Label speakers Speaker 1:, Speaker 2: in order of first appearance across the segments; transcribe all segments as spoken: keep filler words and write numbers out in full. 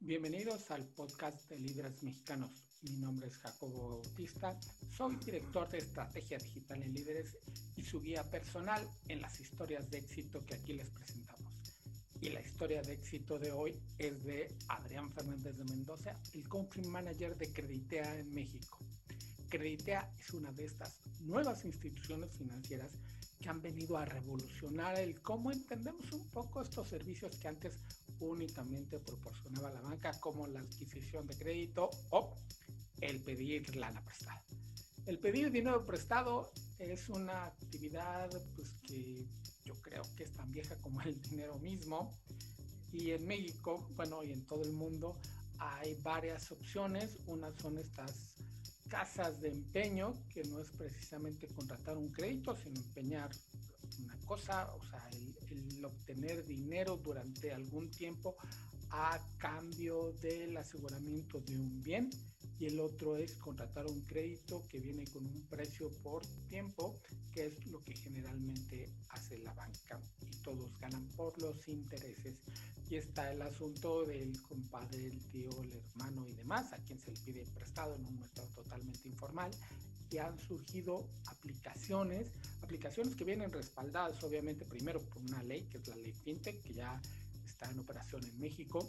Speaker 1: Bienvenidos al podcast de Líderes Mexicanos. Mi nombre es Jacobo Bautista, soy director de Estrategia Digital en Líderes y su guía personal en las historias de éxito que aquí les presentamos. Y la historia de éxito de hoy es de Adrián Fernández de Mendoza, el Country Manager de Creditea en México. Creditea es una de estas nuevas instituciones financieras que han venido a revolucionar el cómo entendemos un poco estos servicios que antes únicamente proporcionaba la banca, como la adquisición de crédito o el pedir lana prestada. El pedir dinero prestado es una actividad pues, que yo creo que es tan vieja como el dinero mismo, y en México, bueno, y en todo el mundo hay varias opciones. Unas son estas casas de empeño, que no es precisamente contratar un crédito, sino empeñar una cosa, o sea, el, el obtener dinero durante algún tiempo a cambio del aseguramiento de un bien, y el otro es contratar un crédito que viene con un precio por tiempo, que es lo que generalmente hace la banca, y todos ganan por los intereses. Y está el asunto del compadre, el tío, el hermano y demás, a quien se le pide prestado en un mercado totalmente informal. Y han surgido aplicaciones, aplicaciones que vienen respaldadas obviamente primero por una ley, que es la ley FinTech, que ya está en operación en México.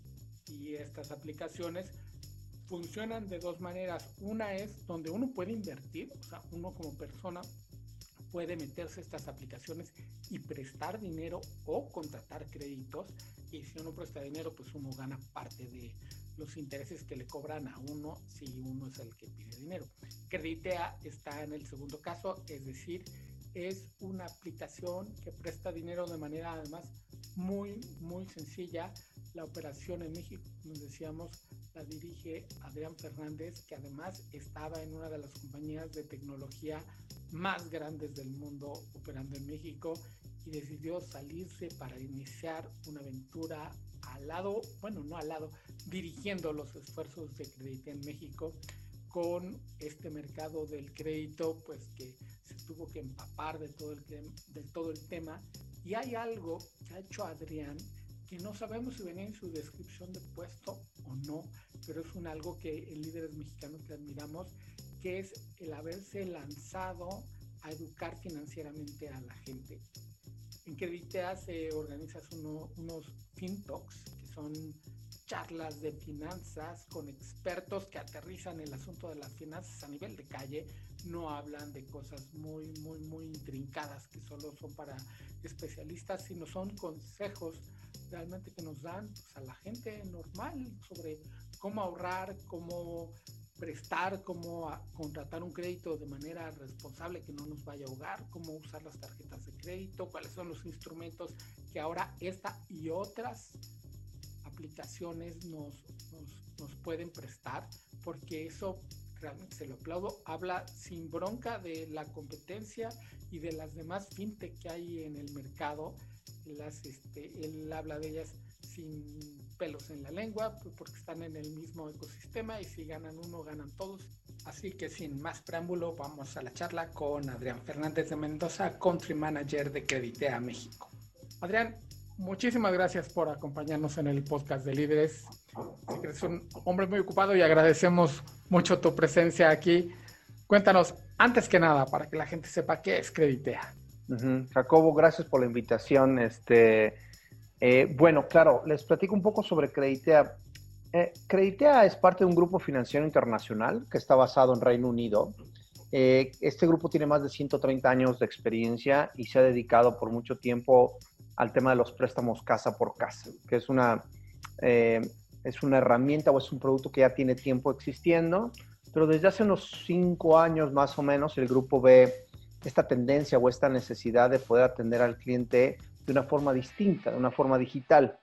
Speaker 1: Y estas aplicaciones funcionan de dos maneras. Una es donde uno puede invertir, o sea, uno como persona puede meterse a estas aplicaciones y prestar dinero o contratar créditos, y si uno presta dinero, pues uno gana parte de los intereses que le cobran a uno si uno es el que pide dinero. Creditea está en el segundo caso, es decir, es una aplicación que presta dinero de manera además muy, muy sencilla. La operación en México, como decíamos, la dirige Adrián Fernández, que además estaba en una de las compañías de tecnología más grandes del mundo operando en México, y decidió salirse para iniciar una aventura al lado, bueno, no al lado, dirigiendo los esfuerzos de Creditea en México con este mercado del crédito, pues que se tuvo que empapar de todo el, de todo el tema. Y hay algo que ha hecho Adrián que no sabemos si venía en su descripción de puesto o no, pero es un algo que en Líderes Mexicanos le admiramos, que es el haberse lanzado a educar financieramente a la gente. En Creditea se organizan uno, unos FinTalks, que son charlas de finanzas con expertos que aterrizan el asunto de las finanzas a nivel de calle. No hablan de cosas muy, muy, muy intrincadas que solo son para especialistas, sino son consejos realmente que nos dan pues, a la gente normal sobre cómo ahorrar, cómo prestar, cómo a, contratar un crédito de manera responsable que no nos vaya a ahogar, cómo usar las tarjetas de crédito, cuáles son los instrumentos que ahora esta y otras aplicaciones nos, nos, nos pueden prestar, porque eso realmente se lo aplaudo. Habla sin bronca de la competencia y de las demás fintech que hay en el mercado. Las, este, él habla de ellas sin pelos en la lengua, porque están en el mismo ecosistema, y si ganan uno, ganan todos. Así que sin más preámbulo, vamos a la charla con Adrián Fernández de Mendoza, Country Manager de Creditea México. Adrián, muchísimas gracias por acompañarnos en el podcast de Líderes. Eres un hombre muy ocupado y agradecemos mucho tu presencia aquí. Cuéntanos, antes que nada, para que la gente sepa qué es Creditea.
Speaker 2: Uh-huh. Jacobo, gracias por la invitación. Este, eh, bueno, claro, les platico un poco sobre Creditea. Eh, Creditea es parte de un grupo financiero internacional que está basado en Reino Unido. Eh, este grupo tiene más de ciento treinta años de experiencia y se ha dedicado por mucho tiempo al tema de los préstamos casa por casa, que es una, eh, es una herramienta o es un producto que ya tiene tiempo existiendo, pero desde hace unos cinco años más o menos el grupo ve esta tendencia o esta necesidad de poder atender al cliente de una forma distinta, de una forma digital.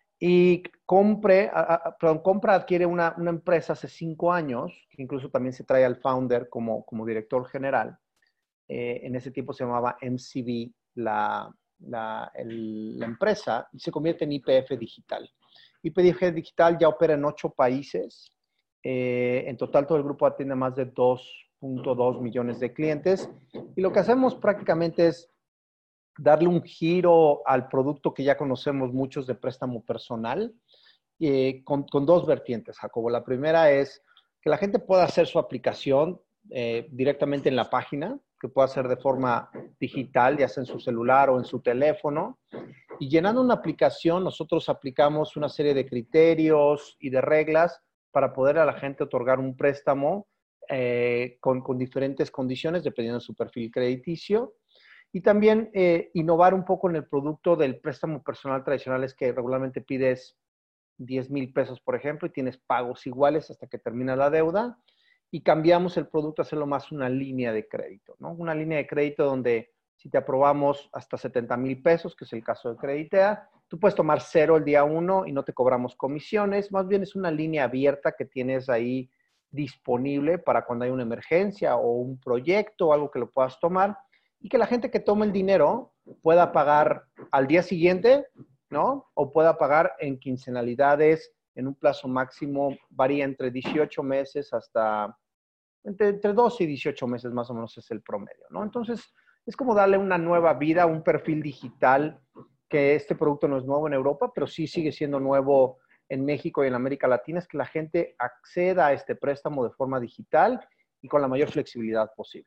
Speaker 2: Y compre, a, a, perdón, compra, adquiere una, una empresa hace cinco años, que incluso también se trae al founder como, como director general. Eh, en ese tiempo se llamaba M C B la, la, el, la empresa, y se convierte en I P F Digital. I P F Digital ya opera en ocho países. Eh, en total todo el grupo atiende a más de dos punto dos millones de clientes. Y lo que hacemos prácticamente es darle un giro al producto que ya conocemos muchos de préstamo personal eh, con, con dos vertientes, Jacobo. La primera es que la gente pueda hacer su aplicación eh, directamente en la página, que pueda hacer de forma digital, ya sea en su celular o en su teléfono. Y llenando una aplicación, nosotros aplicamos una serie de criterios y de reglas para poder a la gente otorgar un préstamo eh, con, con diferentes condiciones, dependiendo de su perfil crediticio. Y también eh, innovar un poco en el producto del préstamo personal tradicional, es que regularmente pides diez mil pesos, por ejemplo, y tienes pagos iguales hasta que termina la deuda. Y cambiamos el producto a hacerlo más una línea de crédito, ¿no? Una línea de crédito donde si te aprobamos hasta setenta mil pesos, que es el caso de Creditea, tú puedes tomar cero el día uno y no te cobramos comisiones. Más bien es una línea abierta que tienes ahí disponible para cuando hay una emergencia o un proyecto o algo que lo puedas tomar, y que la gente que tome el dinero pueda pagar al día siguiente, ¿no? O pueda pagar en quincenalidades en un plazo máximo, varía entre dieciocho meses hasta, entre, entre doce y dieciocho meses más o menos es el promedio, ¿no? Entonces, es como darle una nueva vida, un perfil digital, que este producto no es nuevo en Europa, pero sí sigue siendo nuevo en México y en América Latina, es que la gente acceda a este préstamo de forma digital y con la mayor flexibilidad posible.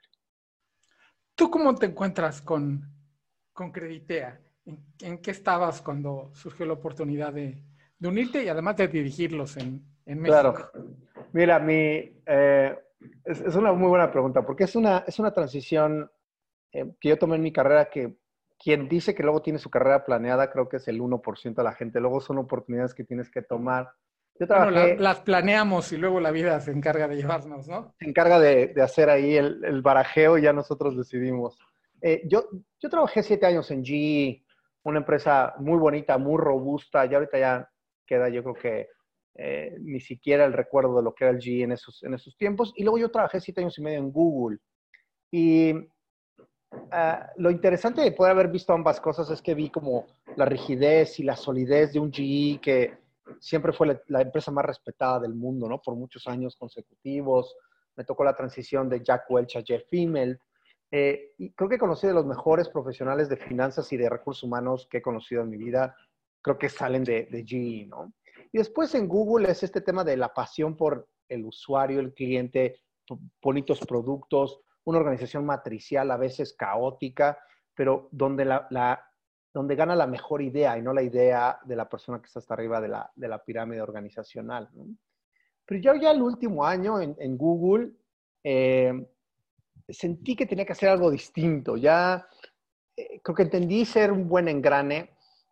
Speaker 1: ¿Tú cómo te encuentras con, con Creditea? ¿En, ¿En qué estabas cuando surgió la oportunidad de, de unirte y además de dirigirlos en, en México?
Speaker 2: Claro. Mira, mi, eh, es, es una muy buena pregunta, porque es una, es una transición eh, que yo tomé en mi carrera, que quien dice que luego tiene su carrera planeada, creo que es el uno por ciento de la gente. Luego son oportunidades que tienes que tomar. Yo
Speaker 1: Bueno, la,
Speaker 2: trabajé,
Speaker 1: las planeamos y luego la vida se encarga de llevarnos, ¿no?
Speaker 2: se encarga de, de hacer ahí el, el barajeo y ya nosotros decidimos. Eh, yo, yo trabajé siete años en G E, una empresa muy bonita, muy robusta. Ya ahorita ya queda, yo creo que eh, ni siquiera el recuerdo de lo que era el G E en esos, en esos tiempos. Y luego yo trabajé siete años y medio en Google. Y uh, lo interesante de poder haber visto ambas cosas es que vi como la rigidez y la solidez de un G E que siempre fue la, la empresa más respetada del mundo, ¿no? Por muchos años consecutivos. Me tocó la transición de Jack Welch a Jeff Immelt. Eh, y creo que conocí de los mejores profesionales de finanzas y de recursos humanos que he conocido en mi vida. Creo que salen de, de G E, ¿no? Y después en Google es este tema de la pasión por el usuario, el cliente, bonitos productos, una organización matricial, a veces caótica, pero donde, la, la, donde gana la mejor idea y no la idea de la persona que está hasta arriba de la, de la pirámide organizacional, ¿no? Pero yo ya el último año en, en Google eh, sentí que tenía que hacer algo distinto. Ya eh, creo que entendí ser un buen engrane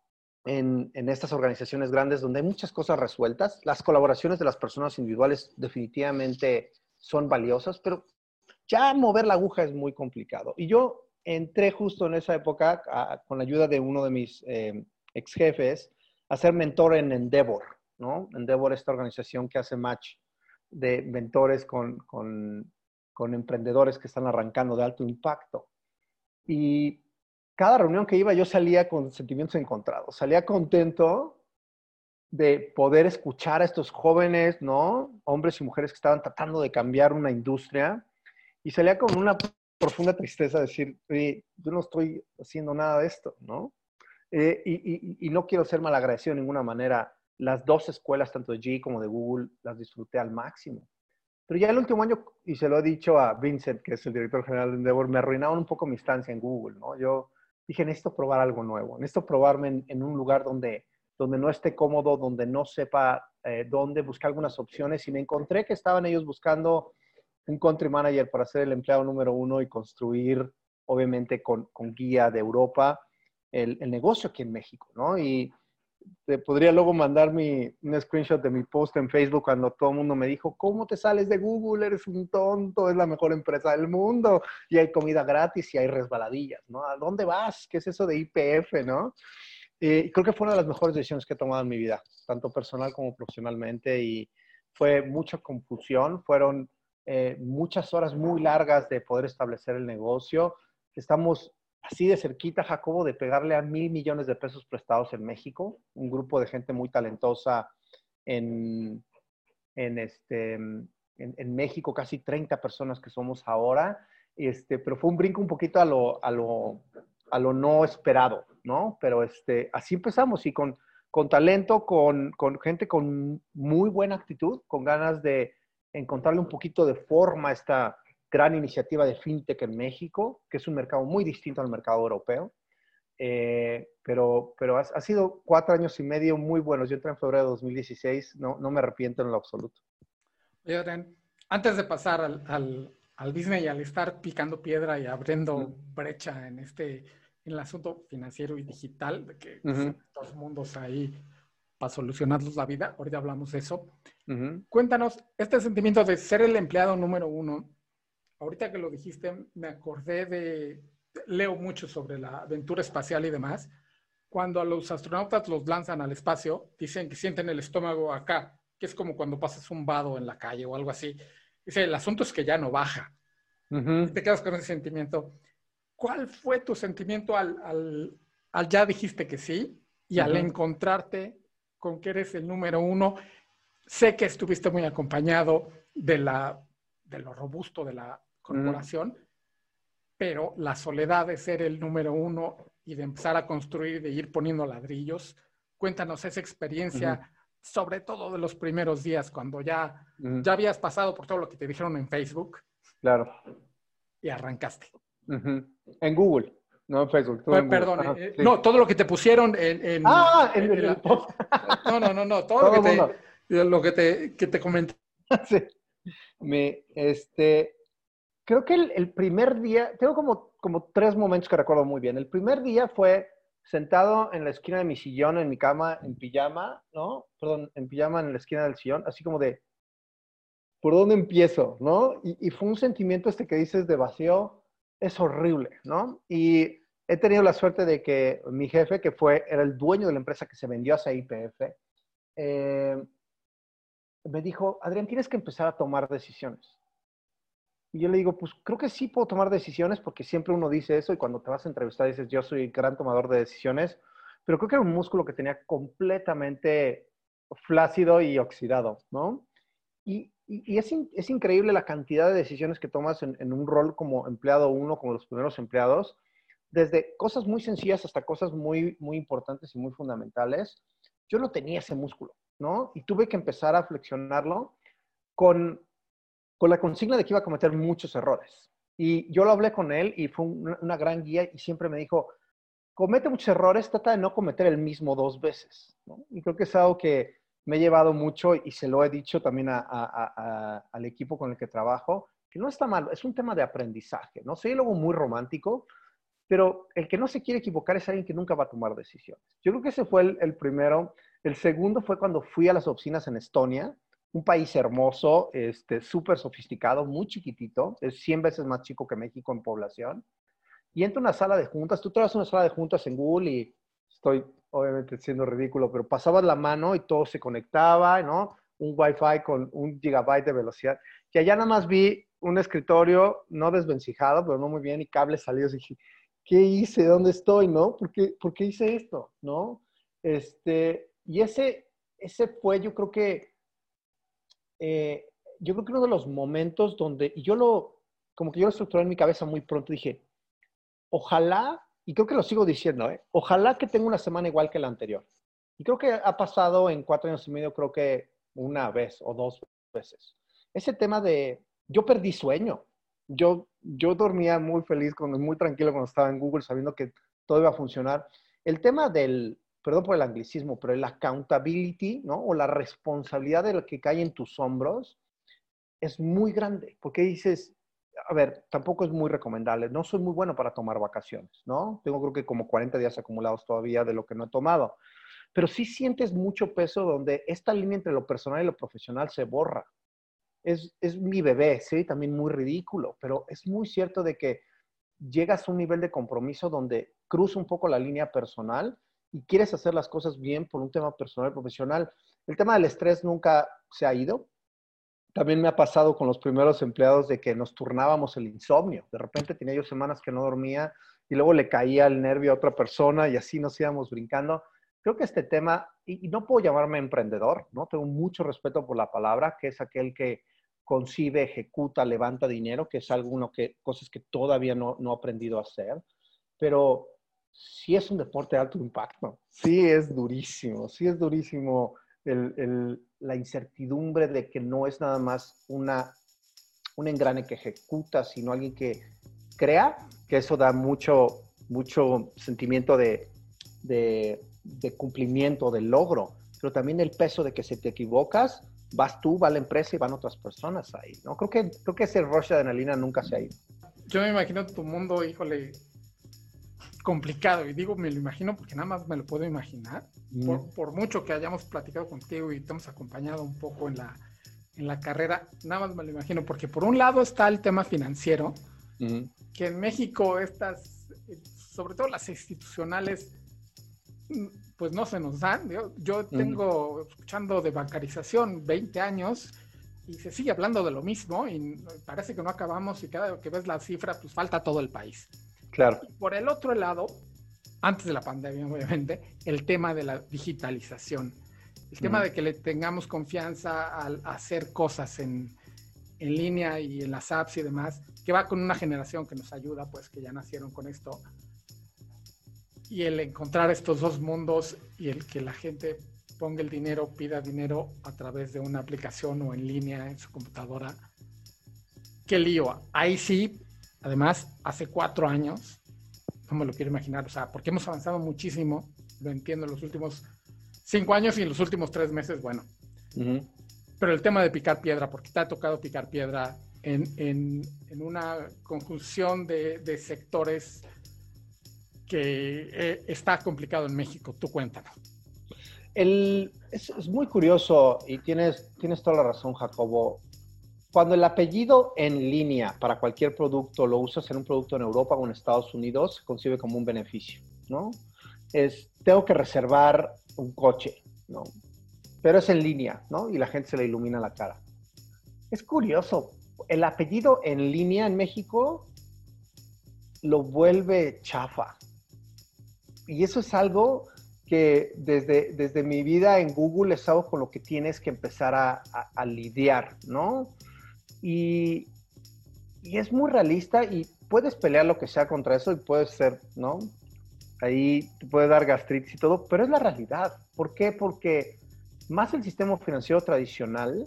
Speaker 2: en, en estas organizaciones grandes donde hay muchas cosas resueltas. Las colaboraciones de las personas individuales definitivamente son valiosas, pero ya mover la aguja es muy complicado. Y yo entré justo en esa época, a, con la ayuda de uno de mis eh, ex jefes, a ser mentor en Endeavor, ¿no? Endeavor, esta organización que hace match de mentores con, con, con emprendedores que están arrancando de alto impacto. Y cada reunión que iba yo salía con sentimientos encontrados. Salía contento de poder escuchar a estos jóvenes, ¿no? Hombres y mujeres que estaban tratando de cambiar una industria. Y salía con una profunda tristeza decir, oye, yo no estoy haciendo nada de esto, ¿no? Eh, y, y, y no quiero ser malagradecido de ninguna manera. Las dos escuelas, tanto de G E como de Google, las disfruté al máximo. Pero ya el último año, y se lo he dicho a Vincent, que es el director general de Endeavor, me arruinaron un poco mi estancia en Google, ¿no? Yo dije, necesito probar algo nuevo, necesito probarme en, en un lugar donde, donde no esté cómodo, donde no sepa eh, dónde, buscar algunas opciones, y me encontré que estaban ellos buscando un country manager para ser el empleado número uno y construir, obviamente, con, con guía de Europa, el, el negocio aquí en México, ¿no? Y te podría luego mandar mi, un screenshot de mi post en Facebook cuando todo el mundo me dijo, ¿cómo te sales de Google? Eres un tonto, es la mejor empresa del mundo y hay comida gratis y hay resbaladillas, ¿no? ¿A dónde vas? ¿Qué es eso de I P F, no? Y creo que fue una de las mejores decisiones que he tomado en mi vida, tanto personal como profesionalmente, y fue mucha confusión, fueron eh, muchas horas muy largas de poder establecer el negocio. Estamos así de cerquita, Jacobo, de pegarle a mil millones de pesos prestados en México, un grupo de gente muy talentosa en, en, este, en, en México, casi treinta personas que somos ahora, este, pero fue un brinco un poquito a lo, a lo, a lo no esperado, ¿no? Pero este, así empezamos, y con, con talento, con, con gente con muy buena actitud, con ganas de encontrarle un poquito de forma a esta gran iniciativa de fintech en México, que es un mercado muy distinto al mercado europeo. Eh, pero pero ha, ha sido cuatro años y medio muy buenos. Yo entré en febrero de dos mil dieciséis, no, no me arrepiento en lo absoluto.
Speaker 1: Oye, Adrián, antes de pasar al, al, al business y al estar picando piedra y abriendo
Speaker 2: Uh-huh.
Speaker 1: brecha en este, en el asunto financiero y digital, de que
Speaker 2: Uh-huh.
Speaker 1: son dos mundos ahí para solucionarnos la vida, ahorita hablamos de eso.
Speaker 2: Uh-huh.
Speaker 1: Cuéntanos, este sentimiento de ser el empleado número uno, ahorita que lo dijiste, me acordé de, leo mucho sobre la aventura espacial y demás. Cuando a los astronautas los lanzan al espacio, dicen que sienten el estómago acá, que es como cuando pasas un vado en la calle o algo así. Dice, el asunto es que ya no baja.
Speaker 2: Uh-huh.
Speaker 1: Y te quedas con ese sentimiento. ¿Cuál fue tu sentimiento al, al, al ya dijiste que sí y al
Speaker 2: Uh-huh.
Speaker 1: encontrarte con que eres el número uno? Sé que estuviste muy acompañado de, la, de lo robusto de la corporación, uh-huh. pero la soledad de ser el número uno y de empezar a construir, de ir poniendo ladrillos. Cuéntanos esa experiencia, uh-huh. sobre todo de los primeros días, cuando ya, uh-huh. ya habías pasado por todo lo que te dijeron en Facebook.
Speaker 2: Claro.
Speaker 1: Y arrancaste.
Speaker 2: Uh-huh. En Google, no en Facebook.
Speaker 1: Pues,
Speaker 2: en
Speaker 1: perdón,
Speaker 2: Google.
Speaker 1: eh,
Speaker 2: Ajá, sí.
Speaker 1: No, todo lo que te pusieron en... en
Speaker 2: ah, en, en,
Speaker 1: en
Speaker 2: en
Speaker 1: la,
Speaker 2: el post.
Speaker 1: No, no, no, no, todo,
Speaker 2: todo
Speaker 1: lo, que te, lo que te, que te comenté.
Speaker 2: Sí. Me, este... Creo que el, el primer día, tengo como, como tres momentos que recuerdo muy bien. El primer día fue sentado en la esquina de mi sillón, en mi cama, en pijama, ¿no? Perdón, en pijama en la esquina del sillón, así como de, ¿por dónde empiezo? ¿No? Y, y fue un sentimiento este que dices de vacío, es horrible, ¿no? Y he tenido la suerte de que mi jefe, que fue, era el dueño de la empresa que se vendió hacia I P F, eh, me dijo, Adrián, tienes que empezar a tomar decisiones. Y yo le digo, pues creo que sí puedo tomar decisiones porque siempre uno dice eso y cuando te vas a entrevistar dices, yo soy gran tomador de decisiones, pero creo que era un músculo que tenía completamente flácido y oxidado, ¿no? Y, y, y es, in, es increíble la cantidad de decisiones que tomas en, en un rol como empleado uno, como los primeros empleados, desde cosas muy sencillas hasta cosas muy, muy importantes y muy fundamentales. Yo no tenía ese músculo, ¿no? Y tuve que empezar a flexionarlo con... con la consigna de que iba a cometer muchos errores. Y yo lo hablé con él y fue una, una gran guía y siempre me dijo, comete muchos errores, trata de no cometer el mismo dos veces, ¿no? Y creo que es algo que me he llevado mucho y se lo he dicho también a, a, a, a, al equipo con el que trabajo, que no está mal, es un tema de aprendizaje, ¿no? Soy luego muy romántico, pero el que no se quiere equivocar es alguien que nunca va a tomar decisiones. Yo creo que ese fue el, el primero. El segundo fue cuando fui a las oficinas en Estonia, un país hermoso, este, súper sofisticado, muy chiquitito, es cien veces más chico que México en población, y entro a una sala de juntas, tú traes una sala de juntas en Google y estoy obviamente siendo ridículo, pero pasabas la mano y todo se conectaba, ¿no? Un Wi-Fi con un gigabyte de velocidad, que allá nada más vi un escritorio no desvencijado, pero no muy bien, y cables salidos, y dije, ¿qué hice? ¿Dónde estoy? ¿No? ¿Por qué, ¿por qué hice esto? ¿No? Este, y ese, ese fue, yo creo que Eh, yo creo que uno de los momentos donde, y yo lo, como que yo lo estructuré en mi cabeza muy pronto, dije, ojalá, y creo que lo sigo diciendo, ¿eh? Ojalá que tenga una semana igual que la anterior. Y creo que ha pasado en cuatro años y medio, creo que una vez o dos veces. Ese tema de, yo perdí sueño. Yo, yo dormía muy feliz, muy tranquilo cuando estaba en Google, sabiendo que todo iba a funcionar. El tema del, perdón por el anglicismo, pero el accountability, ¿no? O la responsabilidad de lo que cae en tus hombros es muy grande, porque dices, a ver, tampoco es muy recomendable, no soy muy bueno para tomar vacaciones, ¿no? Tengo creo que como cuarenta días acumulados todavía de lo que no he tomado, pero sí sientes mucho peso donde esta línea entre lo personal y lo profesional se borra. Es, es mi bebé, sí, también muy ridículo, pero es muy cierto de que llegas a un nivel de compromiso donde cruza un poco la línea personal y quieres hacer las cosas bien por un tema personal y profesional. El tema del estrés nunca se ha ido. También me ha pasado con los primeros empleados de que nos turnábamos el insomnio. De repente tenía yo semanas que no dormía y luego le caía el nervio a otra persona y así nos íbamos brincando. Creo que este tema, y, y no puedo llamarme emprendedor, ¿no? Tengo mucho respeto por la palabra, que es aquel que concibe, ejecuta, levanta dinero, que es alguno que, cosas que todavía no, no he aprendido a hacer. Pero sí es un deporte de alto impacto. Sí es durísimo, sí es durísimo el, el, la incertidumbre de que no es nada más una, un engrane que ejecuta, sino alguien que crea, que eso da mucho, mucho sentimiento de, de, de cumplimiento, de logro, pero también el peso de que si te equivocas, vas tú, va la empresa y van otras personas ahí, ¿no? Creo que, creo que ese rush de adrenalina nunca se ha ido.
Speaker 1: Yo me imagino tu mundo, híjole, complicado. Y digo, me lo imagino porque nada más me lo puedo imaginar. Mm. Por, por mucho que hayamos platicado contigo y te hemos acompañado un poco en la, en la carrera, nada más me lo imagino. Porque por un lado está el tema financiero, mm. que en México estas, sobre todo las institucionales, pues no se nos dan. Yo, yo tengo, mm. escuchando de bancarización, veinte años, y se sigue hablando de lo mismo, y parece que no acabamos, y cada vez que ves la cifra, pues falta todo el país.
Speaker 2: Claro.
Speaker 1: Y por el otro lado, antes de la pandemia, obviamente, el tema de la digitalización. El tema mm. de que le tengamos confianza al hacer cosas en, en línea y en las apps y demás, que va con una generación que nos ayuda, pues que ya nacieron con esto. Y el encontrar estos dos mundos y el que la gente ponga el dinero, pida dinero a través de una aplicación o en línea en su computadora. ¡Qué lío! Ahí sí, además, hace cuatro años, no me lo quiero imaginar, o sea, porque hemos avanzado muchísimo, lo entiendo, en los últimos cinco años y en los últimos tres meses, bueno. Uh-huh. Pero el tema de picar piedra, porque te ha tocado picar piedra en, en, en una conjunción de, de sectores que eh, está complicado en México. Tú cuéntanos.
Speaker 2: El, es, es muy curioso y tienes, tienes toda la razón, Jacobo. Cuando el apellido en línea para cualquier producto lo usas en un producto en Europa o en Estados Unidos, se concibe como un beneficio, ¿no? Es, tengo que reservar un coche, ¿no? Pero es en línea, ¿no? Y la gente se le ilumina la cara. Es curioso. El apellido en línea en México lo vuelve chafa. Y eso es algo que desde, desde mi vida en Google es algo con lo que tienes que empezar a, a, a lidiar, ¿no? Y, y es muy realista y puedes pelear lo que sea contra eso y puedes ser, ¿no? Ahí te puede dar gastritis y todo, pero es la realidad. ¿Por qué? Porque más el sistema financiero tradicional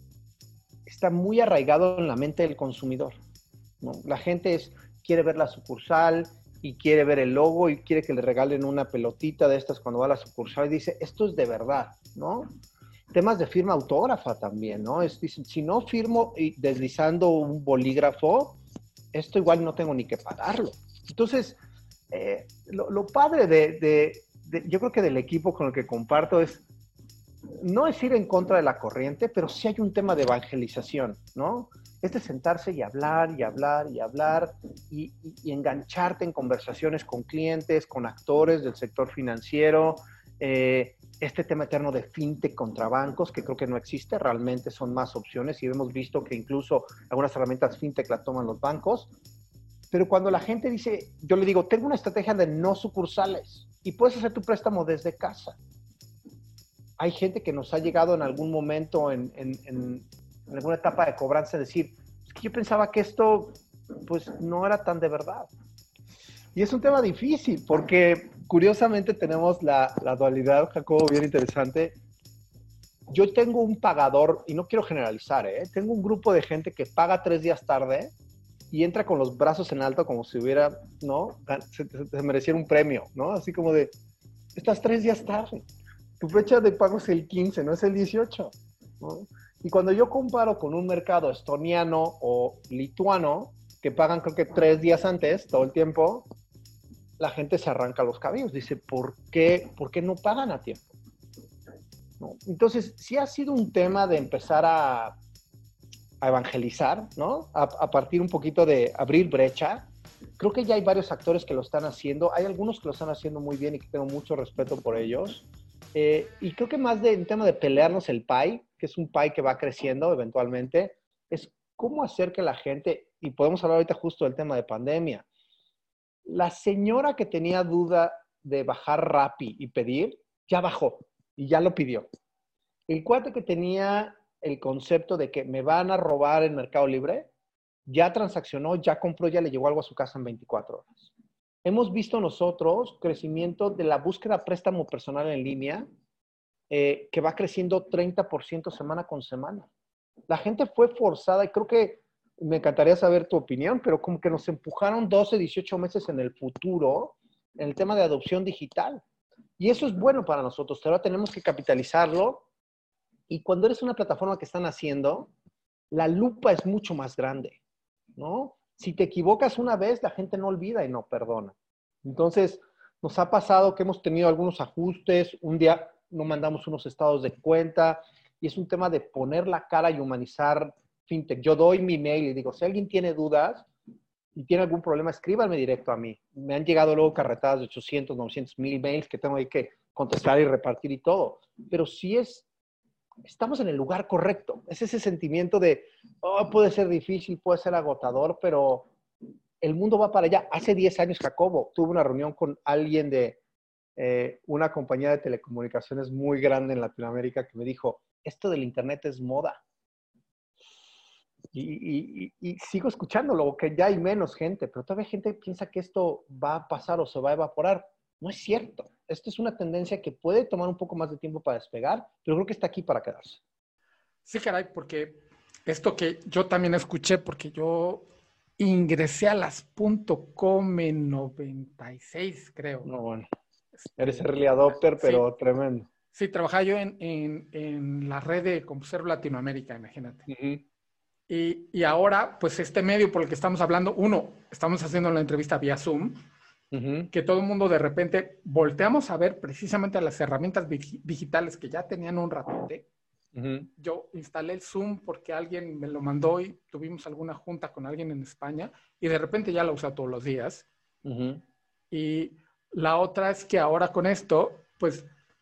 Speaker 2: está muy arraigado en la mente del consumidor, ¿no? La gente es, quiere ver la sucursal y quiere ver el logo y quiere que le regalen una pelotita de estas cuando va a la sucursal y dice, esto es de verdad, ¿no? Temas de firma autógrafa también, ¿no? Es, dicen, si no firmo y deslizando un bolígrafo, esto igual no tengo ni que pagarlo. Entonces, eh, lo, lo padre de, de, de, yo creo que del equipo con el que comparto es, no es ir en contra de la corriente, pero sí hay un tema de evangelización, ¿no? Es de sentarse y hablar y hablar y hablar y, y, y engancharte en conversaciones con clientes, con actores del sector financiero, eh, este tema eterno de fintech contra bancos, que creo que no existe, realmente son más opciones y hemos visto que incluso algunas herramientas fintech las toman los bancos, pero cuando la gente dice, yo le digo, tengo una estrategia de no sucursales y puedes hacer tu préstamo desde casa. Hay gente que nos ha llegado en algún momento en, en, en, en alguna etapa de cobranza a decir, es que yo pensaba que esto pues no era tan de verdad. Y es un tema difícil porque curiosamente tenemos la, la dualidad, Jacobo, bien interesante. Yo tengo un pagador, y no quiero generalizar, ¿eh? Tengo un grupo de gente que paga tres días tarde y entra con los brazos en alto como si hubiera, ¿no? Se, se, se mereciera un premio, ¿no? Así como de, estás tres días tarde. Tu fecha de pago es el quince, no es el dieciocho, ¿no? Y cuando yo comparo con un mercado estoniano o lituano, que pagan creo que tres días antes, todo el tiempo, la gente se arranca los cabellos. Dice, ¿por qué, ¿por qué no pagan a tiempo? ¿No? Entonces, sí ha sido un tema de empezar a, a evangelizar, ¿no? A, a partir un poquito de abrir brecha. Creo que ya hay varios actores que lo están haciendo. Hay algunos que lo están haciendo muy bien y que tengo mucho respeto por ellos. Eh, y creo que más de un tema de pelearnos el pie, que es un pie que va creciendo eventualmente, es cómo hacer que la gente, y podemos hablar ahorita justo del tema de pandemia, la señora que tenía duda de bajar Rappi y pedir, ya bajó y ya lo pidió. El cuate que tenía el concepto de que me van a robar en Mercado Libre, ya transaccionó, ya compró, ya le llegó algo a su casa en veinticuatro horas. hemos visto nosotros crecimiento de la búsqueda préstamo personal en línea, eh, que va creciendo treinta por ciento semana con semana. La gente fue forzada, y creo que me encantaría saber tu opinión, pero como que nos empujaron doce, dieciocho meses en el futuro en el tema de adopción digital. Y eso es bueno para nosotros, ahora tenemos que capitalizarlo. Y cuando eres una plataforma que están haciendo, la lupa es mucho más grande, ¿no? Si te equivocas una vez, la gente no olvida y no perdona. Entonces, nos ha pasado que hemos tenido algunos ajustes, un día no mandamos unos estados de cuenta, y es un tema de poner la cara y humanizar fintech. Yo doy mi mail y digo, si alguien tiene dudas y tiene algún problema, escríbanme directo a mí. Me han llegado luego carretadas de ochocientos, novecientos, mil mails que tengo ahí que contestar y repartir y todo. Pero sí es, estamos en el lugar correcto. Es ese sentimiento de, oh, puede ser difícil, puede ser agotador, pero el mundo va para allá. Hace diez años, Jacobo, tuve una reunión con alguien de eh, una compañía de telecomunicaciones muy grande en Latinoamérica que me dijo, esto del internet es moda. Y, y, y sigo escuchándolo, que ya hay menos gente, pero todavía gente piensa que esto va a pasar o se va a evaporar. No es cierto. Esto es una tendencia que puede tomar un poco más de tiempo para despegar, pero creo que está aquí para quedarse.
Speaker 1: Sí, caray, porque esto que yo también escuché, porque yo ingresé a las punto com en noventa y seis, creo.
Speaker 2: No, bueno. Eres early adopter, pero sí, tremendo.
Speaker 1: Sí, trabajaba yo en, en, en la red de CompuServe Latinoamérica, imagínate. Uh-huh. Y, y ahora, pues este medio por el que estamos hablando, uno, estamos haciendo la entrevista vía Zoom, uh-huh. que todo el mundo de repente volteamos a ver precisamente a las herramientas digitales que ya tenían un ratote. Uh-huh. Yo instalé el Zoom porque alguien me lo mandó y tuvimos alguna junta con alguien en España y de repente ya lo uso todos los días. Uh-huh. Y la otra es que ahora con esto, pues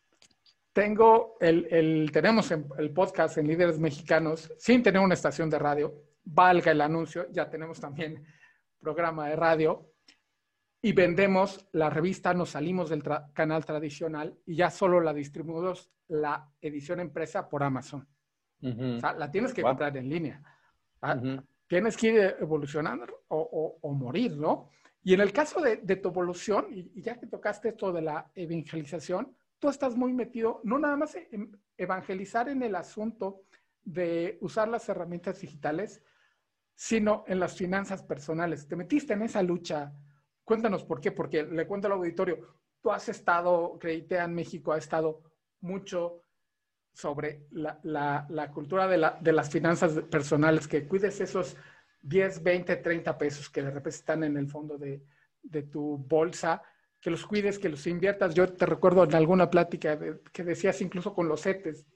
Speaker 1: tengo el, el, tenemos el podcast en Líderes Mexicanos sin tener una estación de radio, valga el anuncio, ya tenemos también programa de radio y vendemos la revista, nos salimos del tra- canal tradicional y ya solo la distribuimos la edición impresa por Amazon. Uh-huh. O sea, la tienes que wow. comprar en línea. Uh-huh. Tienes que ir evolucionando o, o, o morir, ¿no? Y en el caso de, de tu evolución, y, y ya que tocaste esto de la evangelización, tú estás muy metido, no nada más en evangelizar en el asunto de usar las herramientas digitales, sino en las finanzas personales. Te metiste en esa lucha. Cuéntanos por qué, porque le cuento al auditorio, tú has estado, Creditea en México ha estado mucho sobre la, la, la cultura de, la, de las finanzas personales, que cuides esos diez, veinte, treinta pesos que de repente están en el fondo de, de tu bolsa, que los cuides, que los inviertas. Yo te recuerdo en alguna plática de, que decías incluso con los CETES,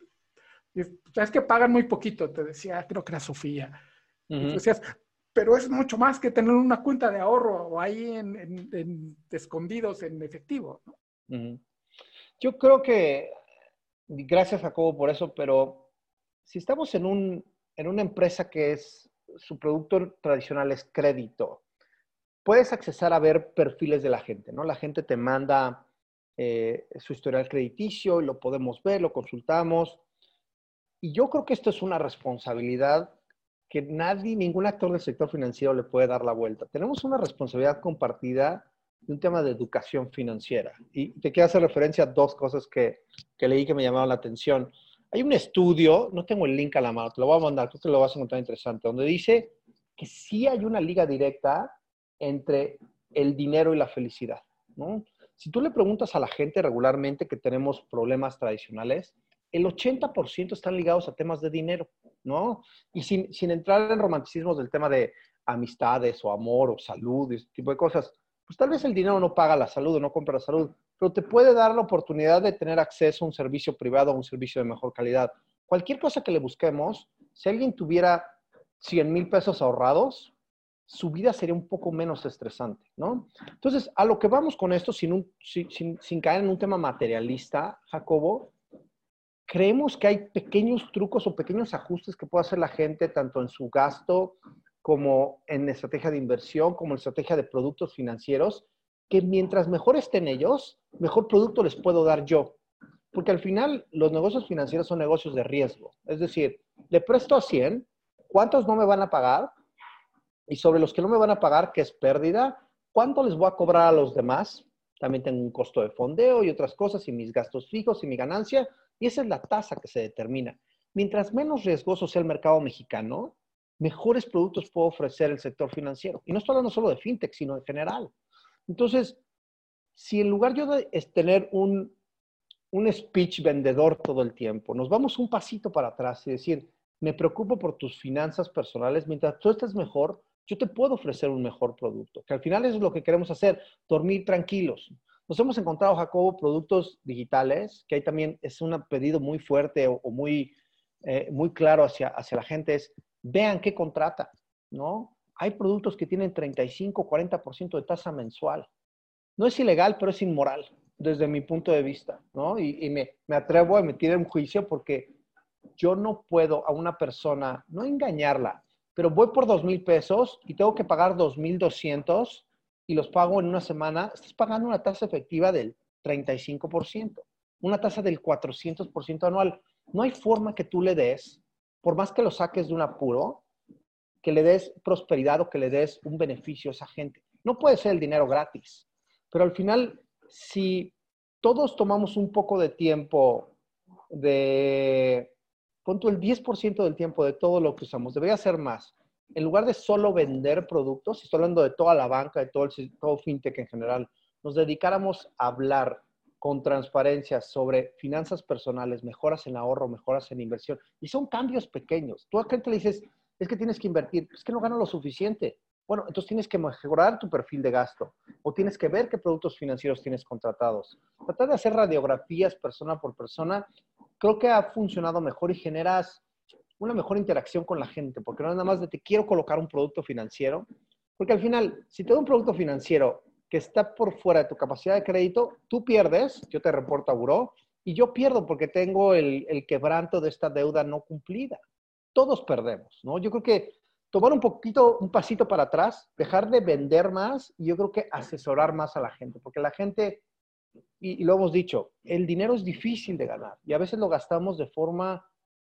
Speaker 1: es que pagan muy poquito, te decía, creo que era Sofía. Uh-huh. Y tú decías, pero es mucho más que tener una cuenta de ahorro o ahí en, en, en escondidos en efectivo, ¿no?
Speaker 2: Uh-huh. Yo creo que, gracias Jacobo por eso, pero si estamos en, un, en una empresa que es, su producto tradicional es crédito, puedes accesar a ver perfiles de la gente, ¿no? La gente te manda eh, su historial crediticio y lo podemos ver, lo consultamos. Y yo creo que esto es una responsabilidad que nadie, ningún actor del sector financiero le puede dar la vuelta. Tenemos una responsabilidad compartida de un tema de educación financiera. Y te quiero hacer referencia a dos cosas que, que leí que me llamaron la atención. Hay un estudio, no tengo el link a la mano, te lo voy a mandar, tú te lo vas a encontrar interesante, donde dice que sí hay una liga directa entre el dinero y la felicidad, ¿no? Si tú le preguntas a la gente regularmente que tenemos problemas tradicionales, el ochenta por ciento están ligados a temas de dinero, ¿no? Y sin, sin entrar en romanticismos del tema de amistades o amor o salud, ese tipo de cosas, pues tal vez el dinero no paga la salud o no compra la salud, pero te puede dar la oportunidad de tener acceso a un servicio privado, a un servicio de mejor calidad. Cualquier cosa que le busquemos, si alguien tuviera cien mil pesos ahorrados, su vida sería un poco menos estresante, ¿no? Entonces, a lo que vamos con esto, sin, un, sin, sin, sin caer en un tema materialista, Jacobo, creemos que hay pequeños trucos o pequeños ajustes que puede hacer la gente, tanto en su gasto como en estrategia de inversión, como en estrategia de productos financieros, que mientras mejor estén ellos, mejor producto les puedo dar yo. Porque al final, los negocios financieros son negocios de riesgo. Es decir, le presto a cien, ¿cuántos no me van a pagar? Y sobre los que no me van a pagar, que es pérdida, ¿cuánto les voy a cobrar a los demás? También tengo un costo de fondeo y otras cosas, y mis gastos fijos y mi ganancia, y esa es la tasa que se determina. Mientras menos riesgoso sea el mercado mexicano, mejores productos puede ofrecer el sector financiero. Y no estoy hablando solo de fintech, sino en general. Entonces, si en lugar yo de tener un, un speech vendedor todo el tiempo, nos vamos un pasito para atrás y decir, me preocupo por tus finanzas personales, mientras tú estés mejor, yo te puedo ofrecer un mejor producto, que al final es lo que queremos hacer, dormir tranquilos. Nos hemos encontrado, Jacobo, productos digitales, que ahí también es un pedido muy fuerte o, o muy, eh, muy claro hacia, hacia la gente, es vean qué contrata, ¿no? Hay productos que tienen treinta y cinco, cuarenta por ciento de tasa mensual. No es ilegal, pero es inmoral, desde mi punto de vista, ¿no? Y, y me, me atrevo a emitir un juicio porque yo no puedo a una persona, no engañarla, pero voy por dos mil pesos y tengo que pagar dos mil doscientos y los pago en una semana. Estás pagando una tasa efectiva del treinta y cinco por ciento, una tasa del cuatrocientos por ciento anual. No hay forma que tú le des, por más que lo saques de un apuro, que le des prosperidad o que le des un beneficio a esa gente. No puede ser el dinero gratis, pero al final, si todos tomamos un poco de tiempo de, pon tú el diez por ciento del tiempo de todo lo que usamos, debería ser más. En lugar de solo vender productos, estoy hablando de toda la banca, de todo el todo fintech en general, nos dedicáramos a hablar con transparencia sobre finanzas personales, mejoras en ahorro, mejoras en inversión. Y son cambios pequeños. Tú a gente le dices, es que tienes que invertir, es que no gano lo suficiente. Bueno, entonces tienes que mejorar tu perfil de gasto o tienes que ver qué productos financieros tienes contratados. Tratar de hacer radiografías persona por persona, creo que ha funcionado mejor y generas una mejor interacción con la gente, porque no es nada más de te quiero colocar un producto financiero, porque al final, si te doy un producto financiero que está por fuera de tu capacidad de crédito, tú pierdes, yo te reporto a buró, y yo pierdo porque tengo el, el quebranto de esta deuda no cumplida. Todos perdemos, ¿no? Yo creo que tomar un poquito, un pasito para atrás, dejar de vender más y yo creo que asesorar más a la gente, porque la gente, y, y lo hemos dicho, el dinero es difícil de ganar y a veces lo gastamos de forma,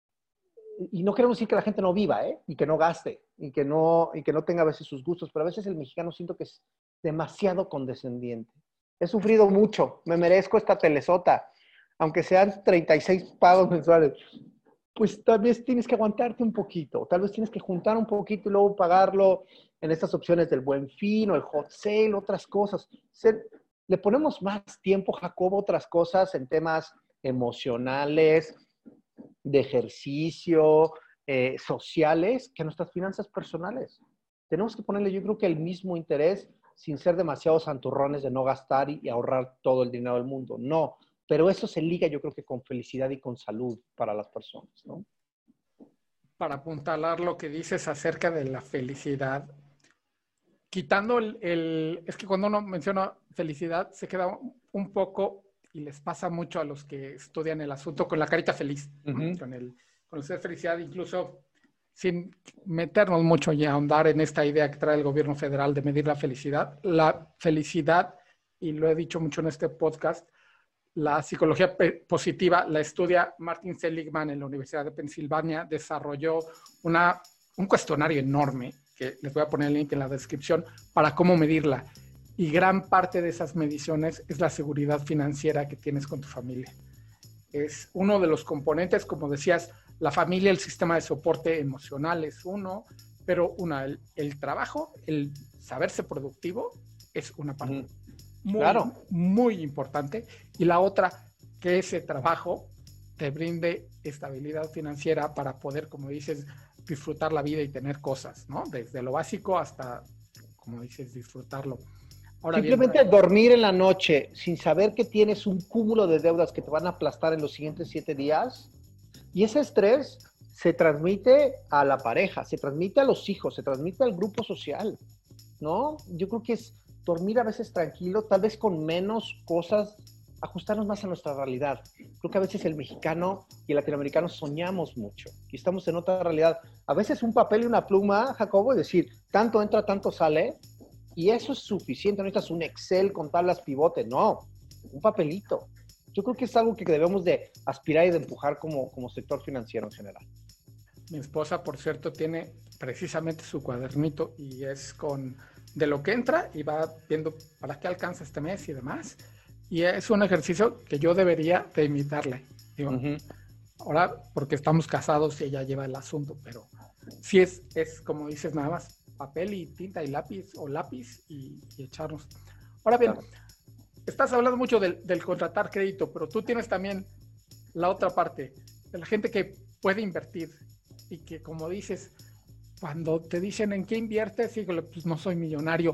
Speaker 2: y no queremos decir que la gente no viva, ¿eh? Y que no gaste, y que no, y que no tenga a veces sus gustos, pero a veces el mexicano siento que es demasiado condescendiente. He sufrido mucho, me merezco esta telesota, aunque sean treinta y seis pagos mensuales. Pues tal vez tienes que aguantarte un poquito, tal vez tienes que juntar un poquito y luego pagarlo en estas opciones del Buen Fin o el Hot Sale, otras cosas. Se, le ponemos más tiempo, Jacobo, otras cosas en temas emocionales, de ejercicio, eh, sociales, que nuestras finanzas personales. Tenemos que ponerle, yo creo que el mismo interés sin ser demasiados santurrones de no gastar y, y ahorrar todo el dinero del mundo. No. Pero eso se liga, yo creo que con felicidad y con salud para las personas, ¿no?
Speaker 1: Para apuntalar lo que dices acerca de la felicidad, quitando el, el... Es que cuando uno menciona felicidad, se queda un poco, y les pasa mucho a los que estudian el asunto, con la carita feliz, uh-huh. con, el, con el ser felicidad, incluso sin meternos mucho y ahondar en esta idea que trae el gobierno federal de medir la felicidad. La felicidad, y lo he dicho mucho en este podcast, la psicología positiva la estudia Martin Seligman en la Universidad de Pensilvania. Desarrolló una, un cuestionario enorme, que les voy a poner el link en la descripción, para cómo medirla. Y gran parte de esas mediciones es la seguridad financiera que tienes con tu familia. Es uno de los componentes, como decías, la familia, el sistema de soporte emocional es uno, pero una, el, el trabajo, el saberse productivo es una parte. Mm. Muy, claro. muy importante. Y la otra, que ese trabajo te brinde estabilidad financiera para poder, como dices, disfrutar la vida y tener cosas, ¿no? Desde lo básico hasta, como dices, disfrutarlo.
Speaker 2: Ahora Simplemente bien, dormir en la noche sin saber que tienes un cúmulo de deudas que te van a aplastar en los siguientes siete días. Y ese estrés se transmite a la pareja, se transmite a los hijos, se transmite al grupo social, ¿no? Yo creo que es dormir a veces tranquilo, tal vez con menos cosas, ajustarnos más a nuestra realidad. Creo que a veces el mexicano y el latinoamericano soñamos mucho y estamos en otra realidad. A veces un papel y una pluma, Jacobo, es decir, tanto entra, tanto sale, y eso es suficiente. No necesitas un Excel con tablas pivote, no, un papelito. Yo creo que es algo que debemos de aspirar y de empujar como, como sector financiero en general.
Speaker 1: Mi esposa, por cierto, tiene precisamente su cuadernito y es con de lo que entra y va viendo para qué alcanza este mes y demás. Y es un ejercicio que yo debería de imitarle. Digo, uh-huh. Ahora, porque estamos casados y ella lleva el asunto, pero sí es, es como dices, nada más papel y tinta y lápiz o lápiz y, y echarnos. Ahora bien, claro. Estás hablando mucho del, del contratar crédito, pero tú tienes también la otra parte, de la gente que puede invertir y que, como dices, cuando te dicen en qué inviertes, híjole, pues no soy millonario.